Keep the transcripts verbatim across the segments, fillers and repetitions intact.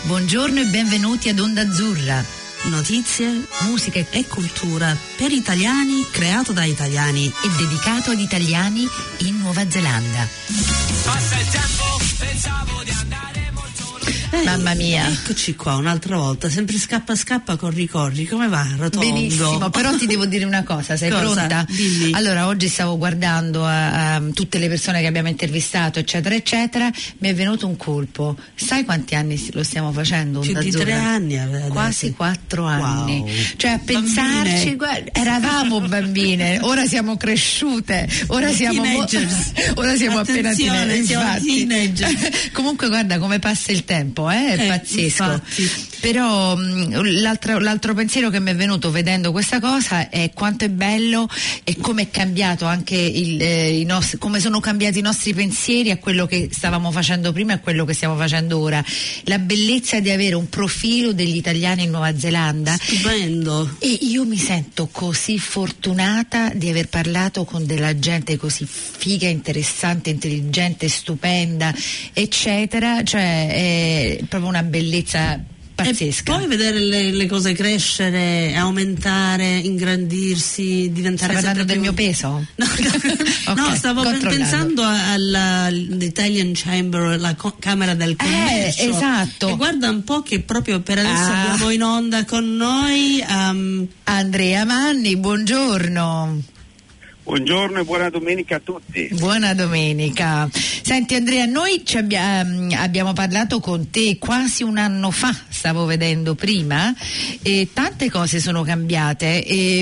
Buongiorno e benvenuti ad Onda Azzurra. Notizie, musica e cultura per italiani, creato da italiani e dedicato agli italiani in Nuova Zelanda. Passa il tempo, pensavo di andare Eh, Mamma mia. Eccoci qua un'altra volta, sempre scappa scappa, corri corri, come va Rotondo? Benissimo, però ti devo dire una cosa, sei Cosa? pronta? Dimmi. Allora, oggi stavo guardando a, a tutte le persone che abbiamo intervistato, eccetera eccetera, mi è venuto un colpo. Sai quanti anni lo stiamo facendo? Più Onda di Azzurra? tre anni adesso. Quasi quattro anni. Wow. Cioè, a pensarci, Bambine. guarda, eravamo bambine, ora siamo cresciute, ora siamo mo- Teenagers. ora siamo appena Attenzione, tine- siamo infatti. teenager. Comunque guarda come passa il tempo, eh? È Eh, pazzesco. infatti. Però mh, l'altro, l'altro pensiero che mi è venuto vedendo questa cosa è quanto è bello e come è cambiato anche il, eh, i nostri, come sono cambiati i nostri pensieri a quello che stavamo facendo prima e a quello che stiamo facendo ora. La bellezza di avere un profilo degli italiani in Nuova Zelanda. Stupendo. E io mi sento così fortunata di aver parlato con della gente così figa, interessante, intelligente, stupenda, eccetera. Cioè è proprio una bellezza pazzesca. E poi vedere le, le cose crescere, aumentare, ingrandirsi, diventare Stai parlando sempre del più... mio peso? No, no, Ok, no, stavo controllando. pensando all'Italian Chamber, la co- Camera del Commercio. Eh, esatto. E guarda un po' che proprio per adesso Ah. abbiamo in onda con noi um, Andrea Manni, buongiorno. Buongiorno e buona domenica a tutti. Buona domenica. Senti Andrea, noi ci abbiamo, abbiamo parlato con te quasi un anno fa, stavo vedendo prima, e tante cose sono cambiate. E,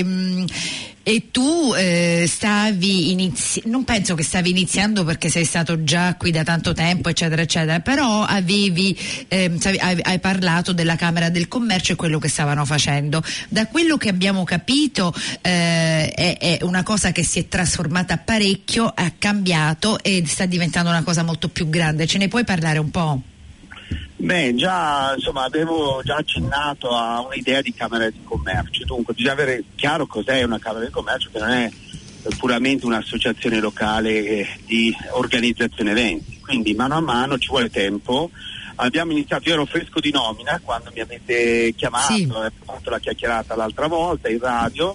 E tu eh, stavi inizi- non penso che stavi iniziando perché sei stato già qui da tanto tempo, eccetera, eccetera, però avevi, eh, hai, hai parlato della Camera del Commercio e quello che stavano facendo. Da quello che abbiamo capito eh, è, è una cosa che si è trasformata parecchio, ha cambiato e sta diventando una cosa molto più grande. Ce ne puoi parlare un po'? Beh, già insomma avevo già accennato a un'idea di Camera di Commercio, dunque bisogna avere chiaro cos'è una Camera di Commercio, che non è puramente un'associazione locale eh, di organizzazione eventi, quindi mano a mano ci vuole tempo. Abbiamo iniziato, io ero fresco di nomina quando mi avete chiamato, sì. Ho fatto la chiacchierata l'altra volta in radio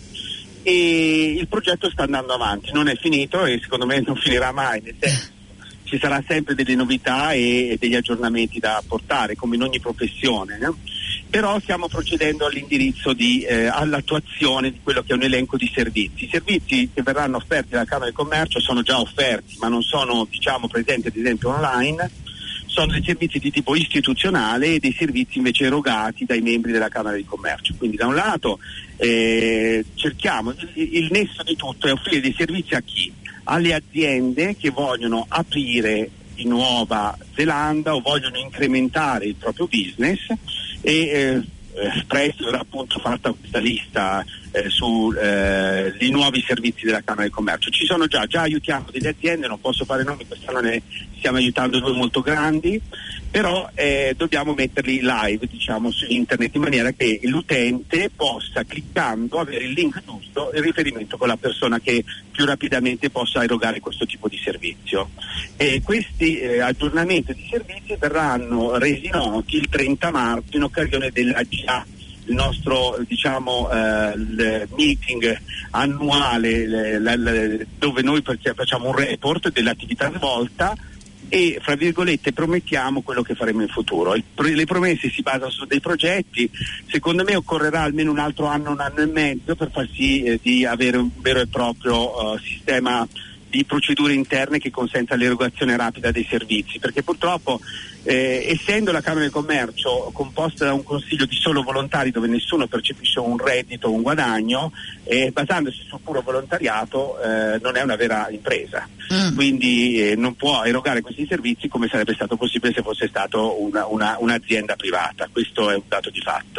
e il progetto sta andando avanti, non è finito e secondo me non finirà mai, nel senso ci sarà sempre delle novità e degli aggiornamenti da apportare come in ogni professione, no? Però stiamo procedendo all'indirizzo di, eh, all'attuazione di quello che è un elenco di servizi. I servizi che verranno offerti dalla Camera di Commercio sono già offerti ma non sono diciamo presenti ad esempio online, sono dei servizi di tipo istituzionale e dei servizi invece erogati dai membri della Camera di Commercio. Quindi da un lato eh, cerchiamo, il, il nesso di tutto è offrire dei servizi a chi? Alle aziende che vogliono aprire in Nuova Zelanda o vogliono incrementare il proprio business e eh, eh, presto verrà appunto fatta questa lista eh, sui eh, nuovi servizi della Camera di Commercio. Ci sono già, già aiutiamo delle aziende, non posso fare nomi, quest'anno ne stiamo aiutando due molto grandi, però eh, dobbiamo metterli live diciamo su internet in maniera che l'utente possa cliccando avere il link giusto e il riferimento con la persona che più rapidamente possa erogare questo tipo di servizio. E questi eh, aggiornamenti di servizi verranno resi noti il trenta marzo in occasione dell'A G A, il nostro diciamo eh, il meeting annuale le, le, le, dove noi facciamo un report dell'attività svolta e fra virgolette promettiamo quello che faremo in futuro. Il, le promesse si basano su dei progetti, secondo me occorrerà almeno un altro anno, un anno e mezzo per far sì eh, di avere un vero e proprio uh, sistema di procedure interne che consenta l'erogazione rapida dei servizi, perché purtroppo eh, essendo la Camera di Commercio composta da un consiglio di solo volontari dove nessuno percepisce un reddito o un guadagno, eh, basandosi sul puro volontariato eh, non è una vera impresa, mm. quindi eh, non può erogare questi servizi come sarebbe stato possibile se fosse stato una, una, un'azienda privata, questo è un dato di fatto.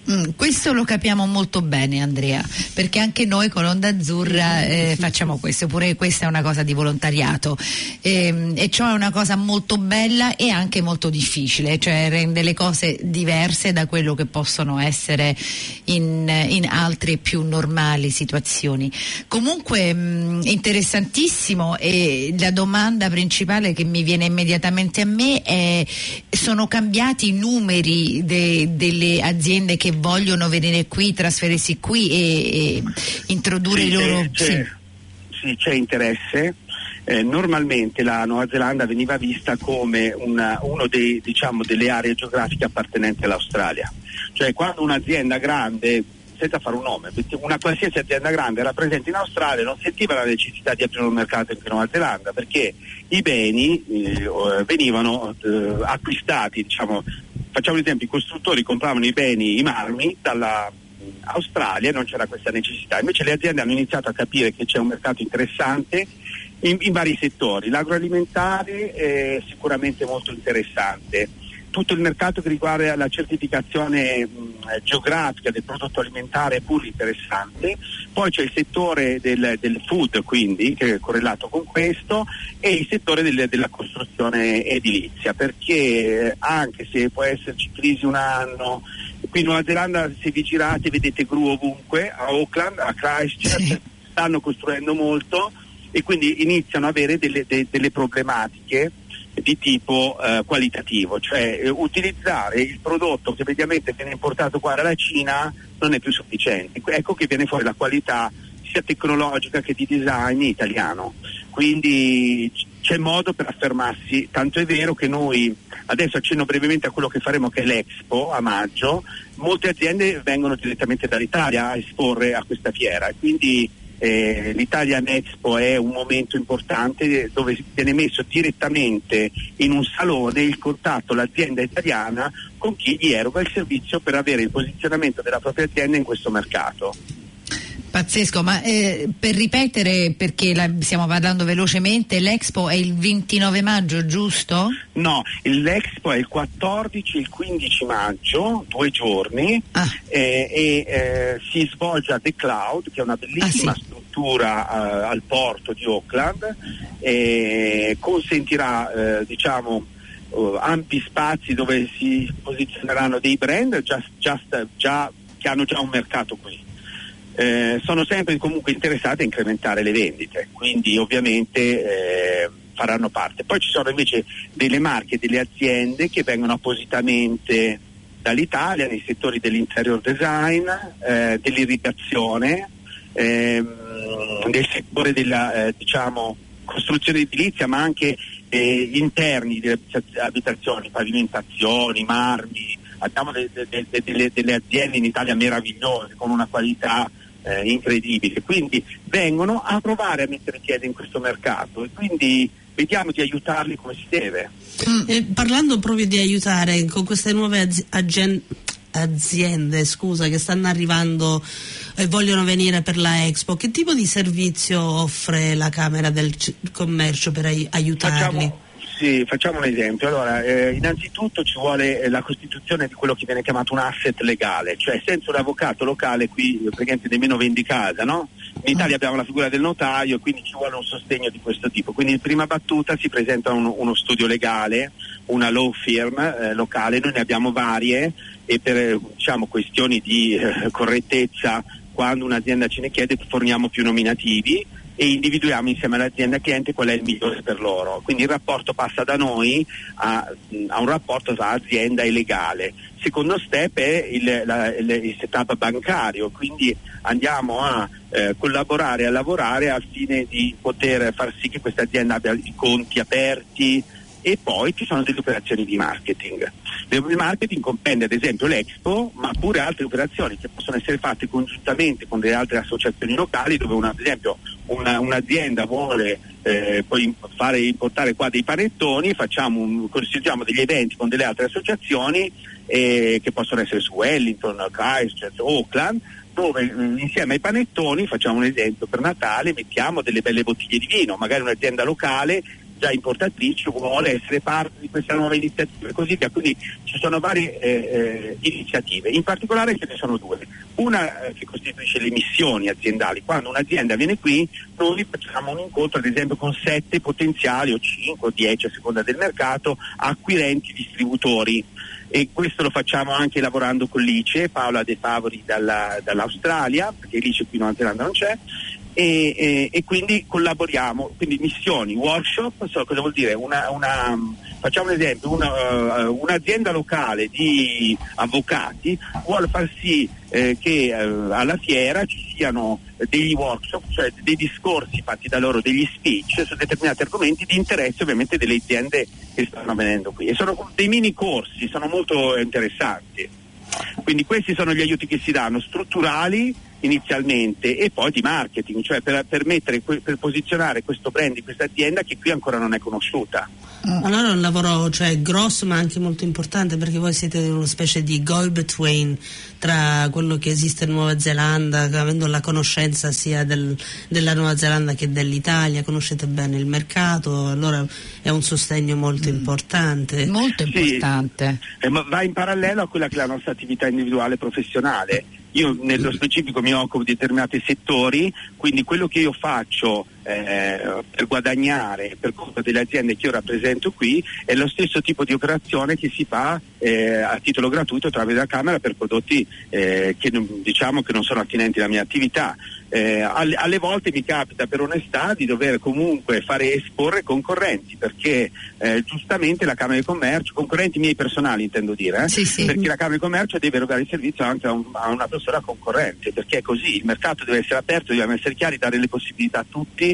Mm, questo lo capiamo molto bene, Andrea, perché anche noi con Onda Azzurra eh, facciamo questo, pure questa è una cosa di volontariato, e, e ciò è una cosa molto bella e anche molto difficile, cioè rende le cose diverse da quello che possono essere in, in altre più normali situazioni. Comunque mh, interessantissimo, e la domanda principale che mi viene immediatamente a me è: sono cambiati i numeri de, delle aziende che vogliono venire qui, trasferirsi qui e, e introdurre sì, i loro... C'è, c'è, sì. sì, c'è interesse. Eh, normalmente la Nuova Zelanda veniva vista come una, uno dei, diciamo, delle aree geografiche appartenenti all'Australia. Cioè quando un'azienda grande, senza fare un nome, una qualsiasi azienda grande era presente in Australia, non sentiva la necessità di aprire un mercato in Nuova Zelanda, perché i beni eh, venivano eh, acquistati, diciamo, facciamo un esempio, i costruttori compravano i beni, i marmi dalla Australia e non c'era questa necessità. Invece le aziende hanno iniziato a capire che c'è un mercato interessante in, in vari settori. L'agroalimentare è sicuramente molto interessante. Tutto il mercato che riguarda la certificazione mh, geografica del prodotto alimentare è pure interessante. Poi c'è il settore del, del food, quindi, che è correlato con questo, e il settore del, della costruzione edilizia, perché anche se può esserci crisi un anno, qui in Nuova Zelanda se vi girate vedete gru ovunque, a Auckland, a Christchurch, sì. Stanno costruendo molto e quindi iniziano ad avere delle, de, delle problematiche di tipo eh, qualitativo, cioè eh, utilizzare il prodotto che mediamente viene importato qua dalla Cina non è più sufficiente. Ecco che viene fuori la qualità sia tecnologica che di design italiano, quindi c'è modo per affermarsi, tanto è vero che noi, adesso accenno brevemente a quello che faremo, che è l'Expo a maggio, molte aziende vengono direttamente dall'Italia a esporre a questa fiera, quindi Eh, l'Italian Expo è un momento importante dove viene messo direttamente in un salone il contatto, l'azienda italiana con chi gli eroga il servizio per avere il posizionamento della propria azienda in questo mercato. Pazzesco, ma eh, per ripetere, perché la, stiamo parlando velocemente, l'Expo è il ventinove maggio, giusto? No, l'Expo è il quattordici e il quindici maggio, due giorni, ah. eh, e eh, si svolge a The Cloud, che è una bellissima ah, sì. struttura eh, al porto di Auckland, e consentirà eh, diciamo uh, ampi spazi dove si posizioneranno dei brand già, già, già, che hanno già un mercato qui. Eh, sono sempre comunque interessati a incrementare le vendite, quindi ovviamente eh, faranno parte. Poi ci sono invece delle marche, delle aziende che vengono appositamente dall'Italia nei settori dell'interior design, eh, dell'irrigazione, ehm, del settore della eh, diciamo costruzione edilizia, ma anche eh, interni delle abitazioni, pavimentazioni, marmi. Abbiamo de, de, de, de, delle aziende in Italia meravigliose con una qualità eh, incredibile, quindi vengono a provare a mettere piede in questo mercato e quindi vediamo di aiutarli come si deve. Mm, eh, parlando proprio di aiutare con queste nuove azi- agen- aziende scusa, che stanno arrivando e vogliono venire per la Expo, che tipo di servizio offre la Camera del C- Commercio per ai- aiutarli? Facciamo... Sì, facciamo un esempio. Allora, eh, innanzitutto ci vuole eh, la costituzione di quello che viene chiamato un asset legale, cioè senza un avvocato locale qui praticamente nemmeno vendi casa, no? In Italia abbiamo la figura del notaio, quindi ci vuole un sostegno di questo tipo. Quindi in prima battuta si presenta un, uno studio legale, una law firm eh, locale, noi ne abbiamo varie e per diciamo questioni di eh, correttezza, quando un'azienda ce ne chiede forniamo più nominativi e individuiamo insieme all'azienda cliente qual è il migliore per loro. Quindi il rapporto passa da noi a, a un rapporto tra azienda e legale. Secondo step è il, la, il, il setup bancario, quindi andiamo a eh, collaborare, a lavorare al fine di poter far sì che questa azienda abbia i conti aperti, e poi ci sono delle operazioni di marketing. Il marketing comprende ad esempio l'Expo, ma pure altre operazioni che possono essere fatte congiuntamente con delle altre associazioni locali, dove una, ad esempio una, un'azienda vuole eh, poi fare importare qua dei panettoni, facciamo un, consigliamo degli eventi con delle altre associazioni eh, che possono essere su Wellington, Christchurch, Auckland, dove insieme ai panettoni, facciamo un esempio per Natale, mettiamo delle belle bottiglie di vino, magari un'azienda locale già importatrice vuole essere parte di questa nuova iniziativa e così via. Quindi ci sono varie eh, eh, iniziative, in particolare ce ne sono due. Una eh, che costituisce le missioni aziendali. Quando un'azienda viene qui noi facciamo un incontro ad esempio con sette potenziali o cinque o dieci a seconda del mercato acquirenti distributori, e questo lo facciamo anche lavorando con l'I C E, Paola De Favori dalla, dall'Australia, perché l'I C E qui in Nuova Zelanda non c'è. E, e, e quindi collaboriamo, quindi missioni, workshop. So cosa vuol dire? Una, una, facciamo un esempio, una, uh, un'azienda locale di avvocati vuole far sì eh, che uh, alla fiera ci siano degli workshop, cioè dei discorsi fatti da loro, degli speech su determinati argomenti di interesse ovviamente delle aziende che stanno venendo qui, e sono dei mini corsi, sono molto interessanti. Quindi questi sono gli aiuti che si danno, strutturali inizialmente, e poi di marketing, cioè per, per, mettere, per posizionare questo brand di questa azienda che qui ancora non è conosciuta. Allora è un lavoro, cioè, grosso ma anche molto importante, perché voi siete una specie di go-between tra quello che esiste in Nuova Zelanda, avendo la conoscenza sia del, della Nuova Zelanda che dell'Italia, conoscete bene il mercato, allora è un sostegno molto mm. importante. Molto importante. Sì. Eh, ma va in parallelo a quella che è la nostra attività individuale professionale. Io nello specifico mi occupo di determinati settori, quindi quello che io faccio eh, per guadagnare per conto delle aziende che io rappresento qui è lo stesso tipo di operazione che si fa eh, a titolo gratuito tramite la Camera per prodotti eh, che non, diciamo che non sono attinenti alla mia attività. Eh, alle, alle volte mi capita per onestà di dover comunque fare esporre concorrenti, perché eh, giustamente la Camera di Commercio, concorrenti miei personali intendo dire, eh, sì, sì. perché la Camera di Commercio deve erogare il servizio anche a, un, a una persona concorrente, perché è così, il mercato deve essere aperto, dobbiamo essere chiari, dare le possibilità a tutti.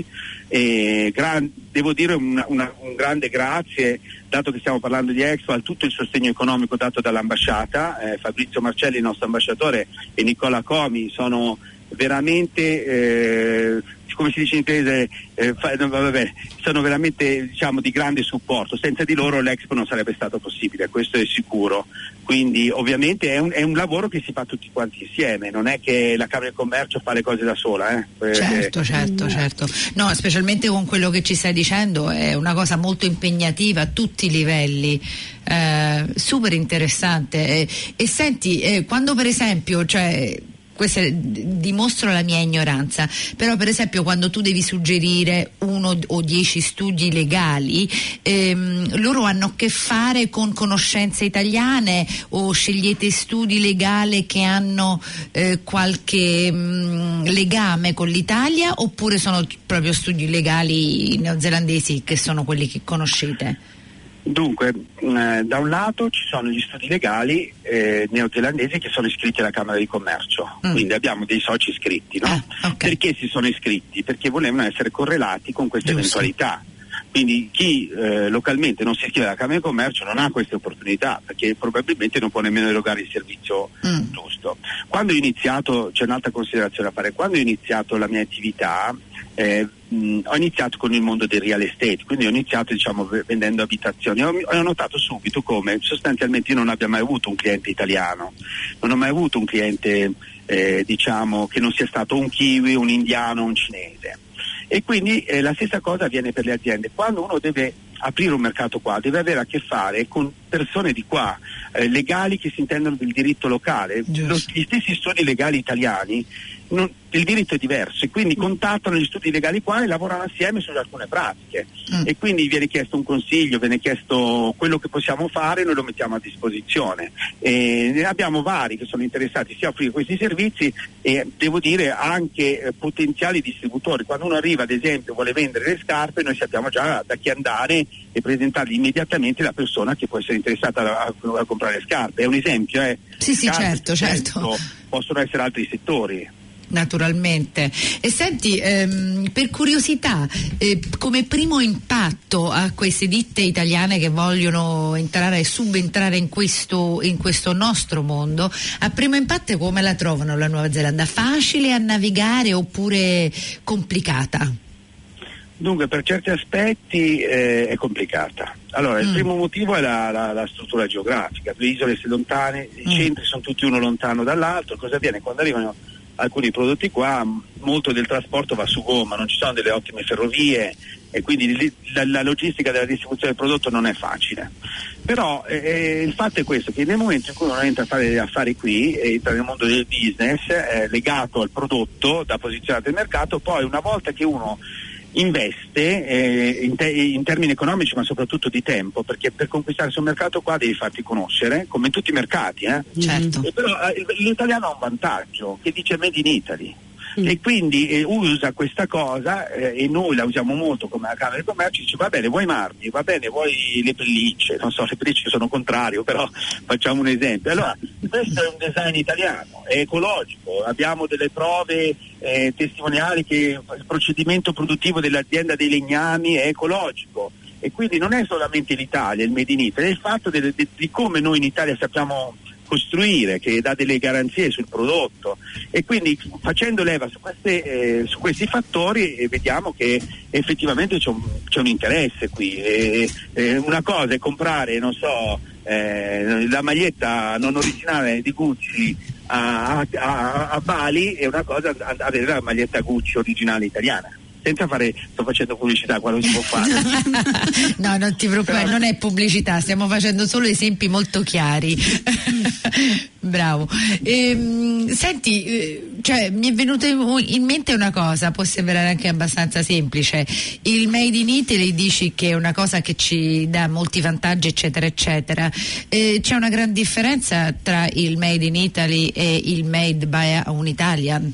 E gran, devo dire una, una, un grande grazie, dato che stiamo parlando di Expo, a tutto il sostegno economico dato dall'ambasciata, eh, Fabrizio Marcelli, il nostro ambasciatore, e Nicola Comi sono veramente eh, come si dice in inglese eh, fa, no, vabbè, sono veramente diciamo di grande supporto. Senza di loro l'Expo non sarebbe stato possibile, questo è sicuro. Quindi ovviamente è un, è un lavoro che si fa tutti quanti insieme, non è che la Camera di Commercio fa le cose da sola. Eh. Certo, certo, mm. certo. No, specialmente con quello che ci stai dicendo è una cosa molto impegnativa a tutti i livelli, eh, super interessante. E, e senti, eh, quando per esempio, cioè questo dimostro la mia ignoranza, però per esempio quando tu devi suggerire uno o dieci studi legali, ehm, loro hanno a che fare con conoscenze italiane o scegliete studi legali che hanno eh, qualche mh, legame con l'Italia, oppure sono proprio studi legali neozelandesi che sono quelli che conoscete? Dunque, eh, da un lato ci sono gli studi legali eh, neozelandesi che sono iscritti alla Camera di Commercio, mm. quindi abbiamo dei soci iscritti, no? Ah, okay. Perché si sono iscritti? Perché volevano essere correlati con queste Giusto. eventualità. Quindi chi eh, localmente non si iscrive alla Camera di Commercio non ha queste opportunità, perché probabilmente non può nemmeno erogare il servizio mm. giusto. Quando ho iniziato, c'è un'altra considerazione da fare, quando ho iniziato la mia attività eh, mh, ho iniziato con il mondo del real estate, quindi ho iniziato diciamo v- vendendo abitazioni. Ho, ho notato subito come sostanzialmente io non abbia mai avuto un cliente italiano, non ho mai avuto un cliente eh, diciamo che non sia stato un kiwi, un indiano, un cinese. E quindi eh, la stessa cosa avviene per le aziende. Quando uno deve aprire un mercato qua, deve avere a che fare con persone di qua, eh, legali che si intendono del diritto locale. Lo, gli stessi studi legali italiani, non, il diritto è diverso, e quindi contattano gli studi legali qua e lavorano assieme su alcune pratiche. Mm. E quindi viene chiesto un consiglio, viene chiesto quello che possiamo fare, noi lo mettiamo a disposizione. E ne abbiamo vari che sono interessati sia a offrire questi servizi e devo dire anche eh, potenziali distributori. Quando uno arriva ad esempio vuole vendere le scarpe, noi sappiamo già da chi andare e presentargli immediatamente la persona che può essere interessata a, a, a comprare scarpe. È un esempio, eh. Sì, sì, certo, certo. Possono essere altri settori. Naturalmente. E senti, ehm, per curiosità, eh, come primo impatto a queste ditte italiane che vogliono entrare e subentrare in questo, in questo nostro mondo, a primo impatto come la trovano la Nuova Zelanda? Facile a navigare oppure complicata? Dunque, per certi aspetti eh, è complicata. Allora, mm. il primo motivo è la, la, la struttura geografica. Le isole sono lontane, i mm. centri sono tutti uno lontano dall'altro. Cosa avviene? Quando arrivano alcuni prodotti qua, molto del trasporto va su gomma, non ci sono delle ottime ferrovie, e quindi la, la logistica della distribuzione del prodotto non è facile. Però eh, il fatto è questo, che nel momento in cui uno entra a fare degli affari qui e entra nel mondo del business eh, legato al prodotto da posizionato nel mercato, poi una volta che uno investe eh, in, te- in termini economici ma soprattutto di tempo, perché per conquistare sul mercato qua devi farti conoscere come in tutti i mercati eh? Certo. E però eh, l'italiano ha un vantaggio che dice Made in Italy. E quindi eh, usa questa cosa eh, e noi la usiamo molto come la Camera di Commercio. Dice va bene, vuoi marmi, va bene, vuoi le pellicce, non so, le pellicce sono contrario, però facciamo un esempio. Allora, questo è un design italiano, è ecologico, abbiamo delle prove eh, testimoniali che il procedimento produttivo dell'azienda dei legnami è ecologico, e quindi non è solamente l'Italia, il Made in Italy, è il fatto di, di, di come noi in Italia sappiamo costruire, che dà delle garanzie sul prodotto, e quindi facendo leva su, queste, eh, su questi fattori eh, vediamo che effettivamente c'è un, c'è un interesse qui. E, eh, una cosa è comprare, non so, eh, la maglietta non originale di Gucci a, a, a Bali, e una cosa avere la maglietta Gucci originale italiana. Senza fare, sto facendo pubblicità, qua non si può fare. No, non ti preoccupare, non è pubblicità, stiamo facendo solo esempi molto chiari. Bravo. Ehm, senti, eh, cioè, mi è venuta in mente una cosa, può sembrare anche abbastanza semplice. Il Made in Italy dici che è una cosa che ci dà molti vantaggi, eccetera, eccetera. Eh, c'è una gran differenza tra il Made in Italy e il Made by un Italian?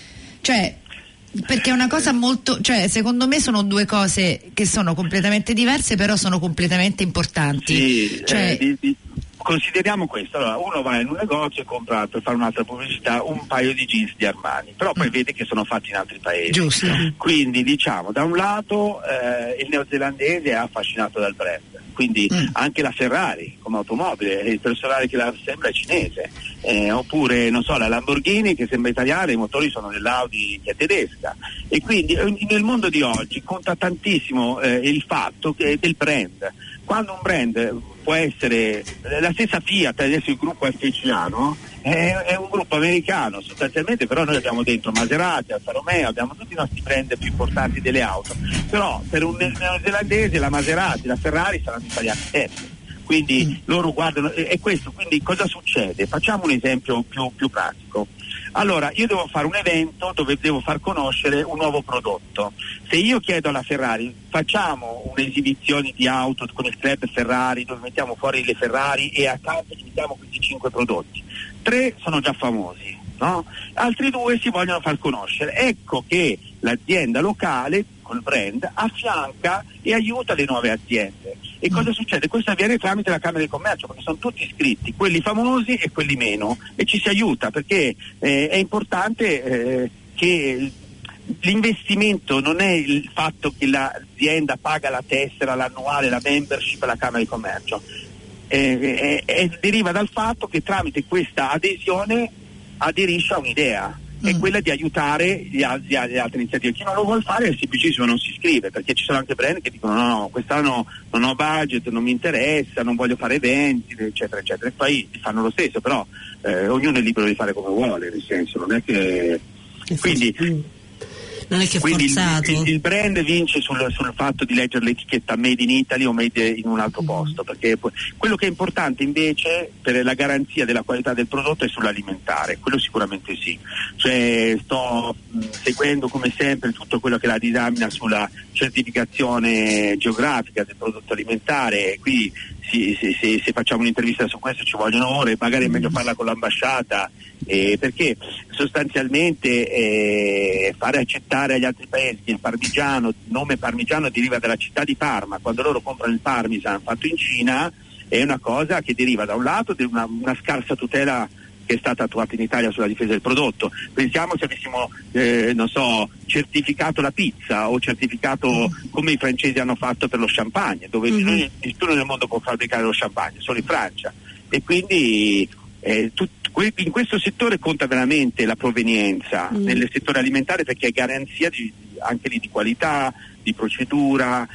Cioè, perché è una cosa molto, cioè secondo me sono due cose che sono completamente diverse, però sono completamente importanti. Sì, cioè, eh, di, di, consideriamo questo, allora uno va in un negozio e compra, per fare un'altra pubblicità, un paio di jeans di Armani, però poi mm. vede che sono fatti in altri paesi. Giusto. Quindi diciamo, da un lato eh, il neozelandese è affascinato dal brand, quindi mm. anche la Ferrari come automobile, il personale che la sembra è cinese, eh, oppure non so, la Lamborghini che sembra italiana, i motori sono dell'Audi che è tedesca, e quindi eh, nel mondo di oggi conta tantissimo eh, il fatto che del brand. Quando un brand può essere la stessa Fiat, adesso il gruppo F C A, no? È, è un gruppo americano sostanzialmente, però noi abbiamo dentro Maserati, Alfa Romeo, abbiamo tutti i nostri brand più importanti delle auto, però per un neozelandese la Maserati, la Ferrari saranno italiane sempre, quindi mm. loro guardano, è questo. Quindi cosa succede? Facciamo un esempio più, più pratico. Allora, io devo fare un evento dove devo far conoscere un nuovo prodotto. Se io chiedo alla Ferrari, facciamo un'esibizione di auto con il club Ferrari dove mettiamo fuori le Ferrari e accanto ci mettiamo questi cinque prodotti, tre sono già famosi, no? Altri due si vogliono far conoscere. Ecco che l'azienda locale col brand affianca e aiuta le nuove aziende. E cosa succede? Questo avviene tramite la Camera di Commercio, perché sono tutti iscritti, quelli famosi e quelli meno, e ci si aiuta, perché eh, è importante eh, che l'investimento non è il fatto che l'azienda paga la tessera, l'annuale, la membership alla Camera di Commercio, eh, eh, eh, deriva dal fatto che tramite questa adesione aderisce a un'idea. È mm. quella di aiutare gli altri, le altre iniziative. Chi non lo vuole fare è semplicissimo, non si iscrive, perché ci sono anche brand che dicono no, no, quest'anno non ho budget, non mi interessa, non voglio fare eventi, eccetera, eccetera, e poi fanno lo stesso, però eh, ognuno è libero di fare come vuole, nel senso, non è che... Quindi... Non è che Quindi forzato. Il, il, il brand vince sul, sul fatto di leggere l'etichetta Made in Italy o Made in un altro posto, perché quello che è importante invece per la garanzia della qualità del prodotto è sull'alimentare, quello sicuramente sì. Cioè sto mh, seguendo come sempre tutto quello che la disamina sulla certificazione geografica del prodotto alimentare. Qui sì, sì, sì, se facciamo un'intervista su questo ci vogliono ore, magari è meglio farla con l'ambasciata, eh, perché sostanzialmente eh, fare accettare agli altri paesi che il parmigiano, il nome parmigiano deriva dalla città di Parma, quando loro comprano il parmesan fatto in Cina, è una cosa che deriva da un lato di una, una scarsa tutela che è stata attuata in Italia sulla difesa del prodotto. Pensiamo se avessimo eh, non so, certificato la pizza o certificato come i francesi hanno fatto per lo champagne, dove mm-hmm. nessuno nel mondo può fabbricare lo champagne, solo in Francia, e quindi eh, tut, in questo settore conta veramente la provenienza mm. nel settore alimentare, perché è garanzia di, anche lì di qualità, di procedura,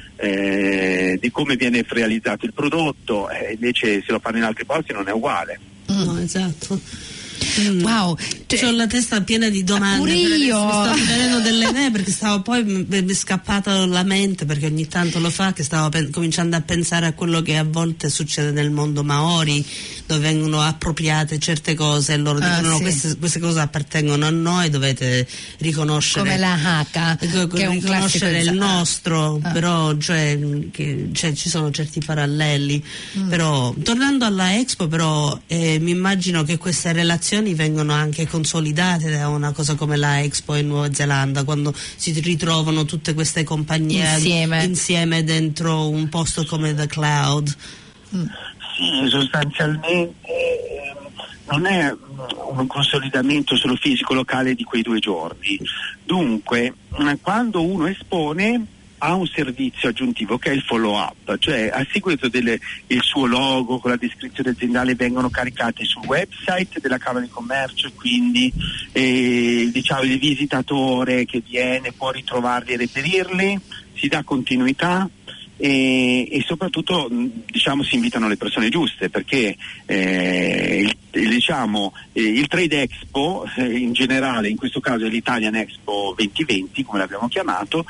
eh, di come viene realizzato il prodotto, eh, invece se lo fanno in altri posti non è uguale. No, esatto. Mm. Wow, Cioè, ho la testa piena di domande. Pure io. Mi stavo venendo delle idee perché stavo poi mi è scappata la mente, perché ogni tanto lo fa, che stavo pen- cominciando a pensare a quello che a volte succede nel mondo Maori, dove vengono appropriate certe cose e loro ah, dicono: sì. no, queste, queste cose appartengono a noi, dovete riconoscere come la haka, che è un riconoscere il nostro, ah. però cioè, che, cioè, ci sono certi paralleli. Mm. Però tornando alla Expo, però eh, mi immagino che queste relazioni vengono anche consolidate da una cosa come la Expo in Nuova Zelanda, quando si ritrovano tutte queste compagnie insieme, insieme dentro un posto come The Cloud. Mm. Sì, sostanzialmente eh, non è un consolidamento solo fisico locale di quei due giorni. Dunque, quando uno espone ha un servizio aggiuntivo che è il follow up, cioè a seguito del il suo logo con la descrizione aziendale vengono caricate sul website della Camera di Commercio, e quindi eh, diciamo il visitatore che viene può ritrovarli e reperirli, si dà continuità. E, e soprattutto diciamo si invitano le persone giuste, perché eh, il, diciamo eh, il Trade Expo eh, in generale, in questo caso è l'Italian Expo duemilaventi come l'abbiamo chiamato,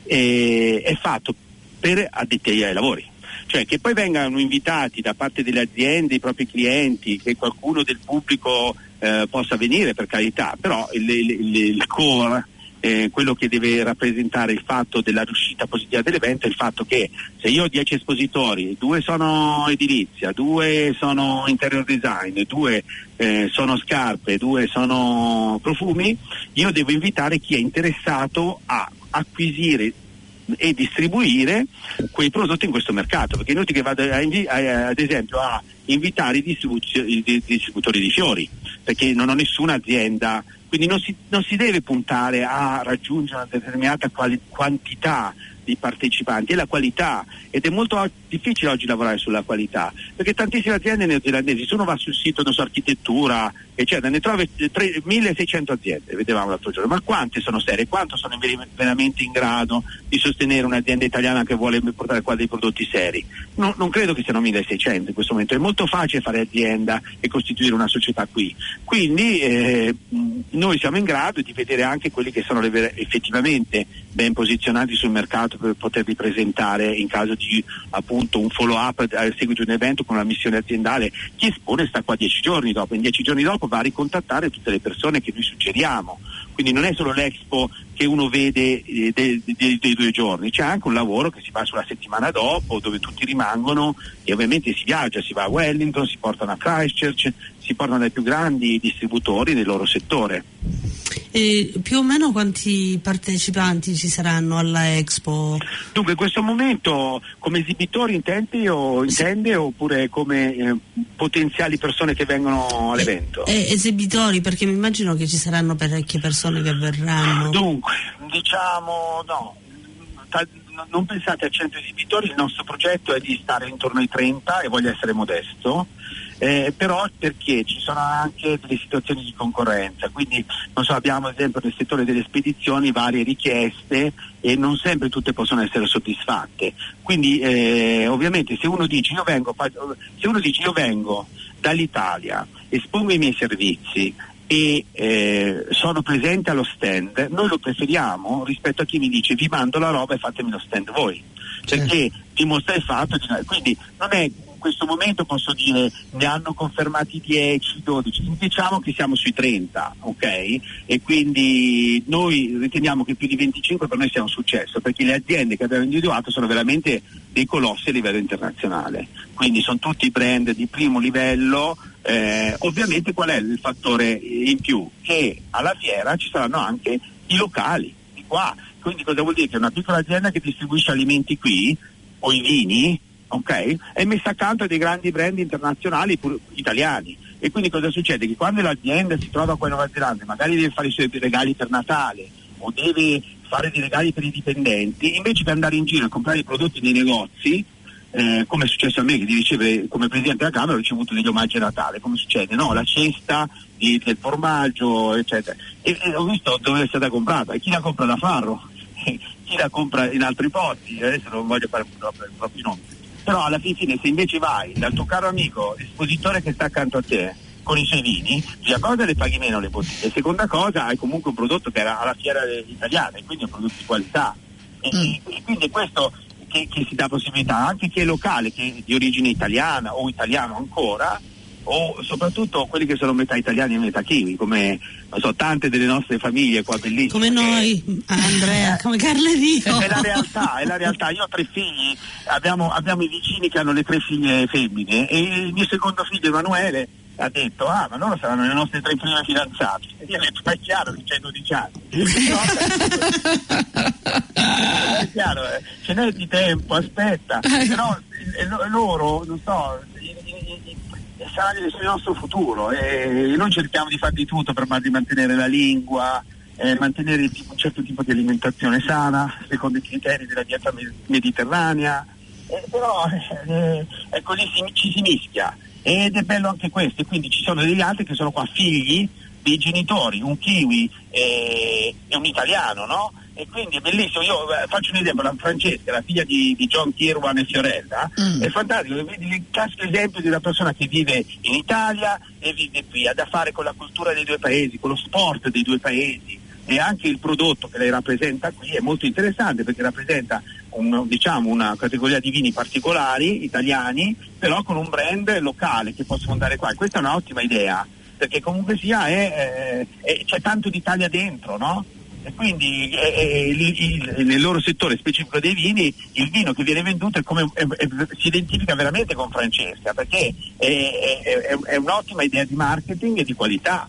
eh, è fatto per addetti ai lavori, cioè che poi vengano invitati da parte delle aziende i propri clienti, che qualcuno del pubblico eh, possa venire, per carità, però il, il, il, il core Eh, quello che deve rappresentare il fatto della riuscita positiva dell'evento è il fatto che se io ho dieci espositori, due sono edilizia, due sono interior design, due eh, sono scarpe, due sono profumi, io devo invitare chi è interessato a acquisire e distribuire quei prodotti in questo mercato, perché è inutile che vada a invi- a, ad esempio a invitare i, distribuzio- i distributori di fiori, perché non ho nessuna azienda. Quindi non si, non si deve puntare a raggiungere una determinata quali, quantità di partecipanti, è la qualità, ed è molto o- difficile oggi lavorare sulla qualità, perché tantissime aziende neozelandesi, se uno va sul sito, non so, architettura, eccetera, ne trova milleseicento aziende, vedevamo l'altro giorno, ma quante sono serie, quanto sono veramente in grado di sostenere un'azienda italiana che vuole portare qua dei prodotti seri? No, non credo che siano milleseicento in questo momento, è molto facile fare azienda e costituire una società qui, quindi eh, noi siamo in grado di vedere anche quelli che sono le vere, effettivamente ben posizionati sul mercato per poterli presentare in caso di appunto un follow up a seguito di un evento con una missione aziendale. Chi espone sta qua dieci giorni dopo, in dieci giorni dopo va a ricontattare tutte le persone che noi suggeriamo, quindi non è solo l'Expo che uno vede eh, dei, dei, dei due giorni, c'è anche un lavoro che si fa sulla settimana dopo, dove tutti rimangono e ovviamente si viaggia, si va a Wellington, si portano a Christchurch, si portano dai più grandi distributori del loro settore. E più o meno quanti partecipanti ci saranno alla Expo? Dunque in questo momento come esibitori intendi o intende sì. Oppure come eh, potenziali persone che vengono all'evento? Eh, eh, esibitori, perché mi immagino che ci saranno parecchie persone che verranno. Dunque, diciamo no, ta- non pensate a cento esibitori, il nostro progetto è di stare intorno ai trenta e voglio essere modesto. Eh, però perché ci sono anche delle situazioni di concorrenza, quindi non so, abbiamo ad esempio nel settore delle spedizioni varie richieste e non sempre tutte possono essere soddisfatte, quindi eh, ovviamente se uno dice io vengo se uno dice io vengo dall'Italia, espongo i miei servizi e eh, sono presente allo stand, noi lo preferiamo rispetto a chi mi dice vi mando la roba e fatemi lo stand voi, perché dimostra il fatto di, quindi non è in questo momento posso dire ne hanno confermati dieci, dodici, diciamo che siamo sui trenta, ok? E quindi noi riteniamo che più di venticinque per noi sia un successo, perché le aziende che abbiamo individuato sono veramente dei colossi a livello internazionale, quindi sono tutti brand di primo livello. Eh, ovviamente qual è il fattore in più? Che alla fiera ci saranno anche i locali di qua, quindi cosa vuol dire? Che una piccola azienda che distribuisce alimenti qui o i vini, ok, è messa accanto a dei grandi brand internazionali pur italiani, e quindi cosa succede? Che quando l'azienda si trova qua in Nuova Zelanda, magari deve fare i suoi regali per Natale o deve fare dei regali per i dipendenti, invece di andare in giro a comprare i prodotti nei negozi, eh, come è successo a me che di ricevere come Presidente della Camera ho ricevuto degli omaggi a Natale, come succede? No, la cesta di, del formaggio eccetera, e, e ho visto dove è stata comprata, e chi la compra da Farro, chi la compra in altri posti, adesso non voglio fare i propri nomi. Però alla fine se invece vai dal tuo caro amico espositore che sta accanto a te con i suoi vini, prima cosa le paghi meno le bottiglie, seconda cosa hai comunque un prodotto che era alla fiera italiana e quindi un prodotto di qualità. E, mm. e quindi questo che, che si dà possibilità anche chi è locale, che è di origine italiana o italiano ancora, o soprattutto quelli che sono metà italiani e metà kiwi, come non so, tante delle nostre famiglie qua bellissime. Come noi, Andrea, come Carla e Rio. È la realtà, è la realtà. Io ho tre figli, abbiamo, abbiamo i vicini che hanno le tre figlie femmine e il mio secondo figlio Emanuele ha detto ah ma loro saranno le nostre tre prime fidanzate. E io ho detto ma è chiaro che c'hai dodici anni. È chiaro, eh. Ce n'è di tempo, aspetta. Però eh, loro, non so, sarà il nostro futuro e noi cerchiamo di fare di tutto per mantenere la lingua, eh, mantenere un certo tipo di alimentazione sana secondo i criteri della dieta mediterranea, eh, però eh, ecco lì si, ci si mischia ed è bello anche questo. E quindi ci sono degli altri che sono qua figli dei genitori, un kiwi e, e un italiano, no? E quindi è bellissimo. Io eh, faccio un'idea per la Francesca, la figlia di, di John Kirwan e Fiorella, mm. è fantastico, vedi il classico esempio di una persona che vive in Italia e vive qui, ha da fare con la cultura dei due paesi, con lo sport dei due paesi, e anche il prodotto che lei rappresenta qui è molto interessante perché rappresenta un, diciamo una categoria di vini particolari italiani, però con un brand locale che possono andare qua, e questa è un'ottima idea perché comunque sia è, è, è, c'è tanto d'Italia dentro, no? E quindi eh, il, il, nel loro settore specifico dei vini il vino che viene venduto è come, è, è, si identifica veramente con Francesca perché è, è, è un'ottima idea di marketing e di qualità.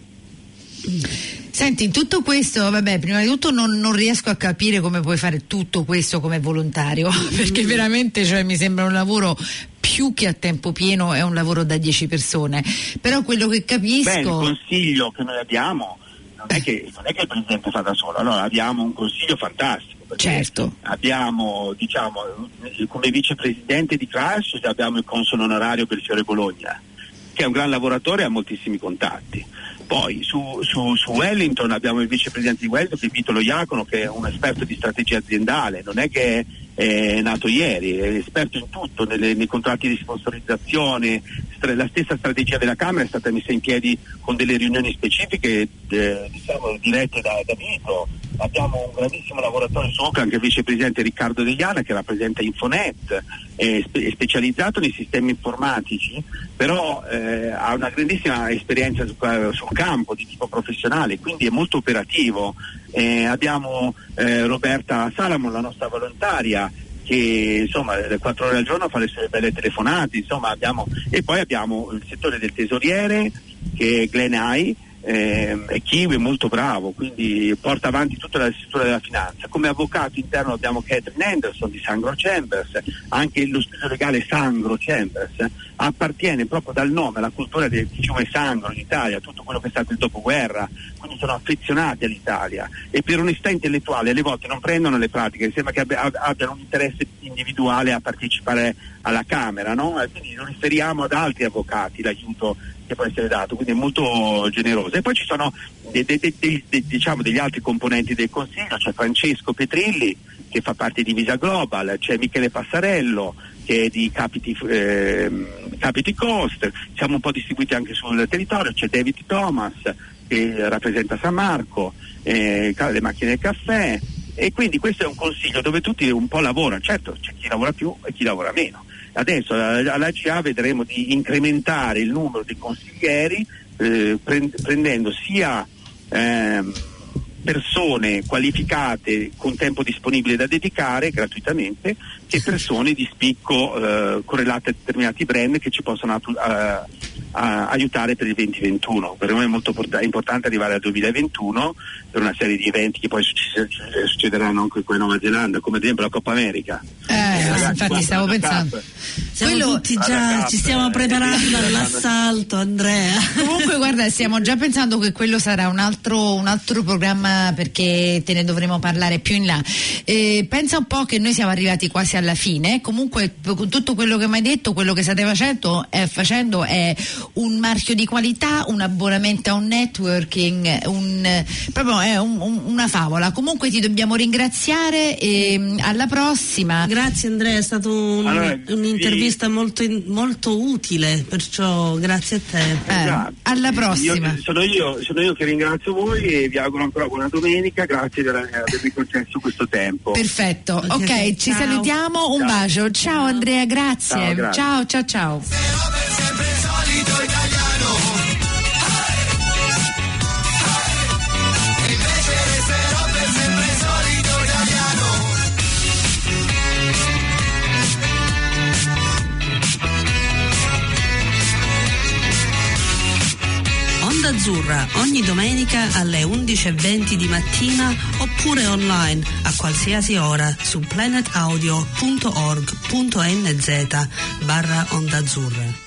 Senti, in tutto questo, vabbè, prima di tutto non, non riesco a capire come puoi fare tutto questo come volontario, perché veramente cioè, mi sembra un lavoro più che a tempo pieno, è un lavoro da dieci persone, però quello che capisco... Beh, il consiglio che noi abbiamo non è che, non è che il Presidente fa da solo, allora abbiamo un consiglio fantastico, certo. Abbiamo, diciamo, come vicepresidente di Crash abbiamo il console onorario per Fiore Bologna, che è un gran lavoratore e ha moltissimi contatti. Poi su, su, su Wellington abbiamo il vicepresidente di Wellington che è Vito Lo Iacono, che è un esperto di strategia aziendale, non è che è nato ieri, è esperto in tutto, nelle, nei contratti di sponsorizzazione. La stessa strategia della Camera è stata messa in piedi con delle riunioni specifiche eh, diciamo dirette da, da Vito. Abbiamo un grandissimo lavoratore sopra, anche il vicepresidente Riccardo Degliana, che rappresenta Infonet, è, spe- è specializzato nei sistemi informatici, però eh, ha una grandissima esperienza su, sul campo di tipo professionale, quindi è molto operativo. Eh, abbiamo eh, Roberta Salamon, la nostra volontaria, che insomma quattro ore al giorno fa le sue belle telefonate, insomma abbiamo, e poi abbiamo il settore del tesoriere che è Glenn Hai, eh, è Kiwi, è molto bravo, quindi porta avanti tutta la struttura della finanza. Come avvocato interno abbiamo Catherine Anderson di Sangro Chambers, anche lo studio legale Sangro Chambers eh, appartiene proprio dal nome alla cultura del fiume Sangro in Italia, tutto quello che è stato il dopoguerra, quindi sono affezionati all'Italia e per onestà intellettuale alle volte non prendono le pratiche, sembra che abbia, abbiano un interesse individuale a partecipare alla Camera, no? E quindi lo riferiamo ad altri avvocati l'aiuto che può essere dato, quindi è molto generoso. E poi ci sono de, de, de, de, de, diciamo degli altri componenti del Consiglio, c'è Francesco Petrilli che fa parte di Visa Global, c'è Michele Passarello che è di Capiti, eh, Capiti Coast, siamo un po' distribuiti anche sul territorio, c'è David Thomas che rappresenta San Marco, eh, le macchine del caffè, e quindi questo è un consiglio dove tutti un po' lavorano, certo c'è chi lavora più e chi lavora meno. Adesso alla C A vedremo di incrementare il numero di consiglieri eh, prend- prendendo sia ehm, persone qualificate con tempo disponibile da dedicare gratuitamente che persone di spicco eh, correlate a determinati brand che ci possono atu- a- a- aiutare per il venti ventuno. Per noi è molto port- importante arrivare al duemilaventuno per una serie di eventi che poi succe- succederanno anche qui in Nuova Zelanda, come ad esempio la Coppa America. Eh, eh ragazzi, infatti stavo pensando. Siamo quello, tutti già, cap, ci stiamo preparando eh, all'assalto, Andrea. Comunque guarda, stiamo già pensando che quello sarà un altro, un altro programma prossima, perché te ne dovremo parlare più in là. Eh, pensa un po' che noi siamo arrivati quasi alla fine. Comunque, con tutto quello che mi hai detto, quello che state facendo è, facendo è un marchio di qualità, un abbonamento a un networking, un, proprio è un, un, una favola. Comunque ti dobbiamo ringraziare e alla prossima. Grazie Andrea, è stato un, allora, un'intervista sì. molto, molto utile, perciò grazie a te. Eh, alla prossima. Io, sono, io, sono io che ringrazio voi e vi auguro ancora buona domenica, grazie per avermi concesso questo tempo. Perfetto, ok, Ok, ci ciao. salutiamo, un Ciao. bacio, ciao Andrea, grazie, Ciao, grazie. ciao ciao ciao. Sempre il solito italiano. E invece resterò per sempre il solito italiano. Onda Azzurra ogni domenica alle undici e venti di mattina oppure online a qualsiasi ora su planetaudio punto org punto nz barra Onda Azzurra.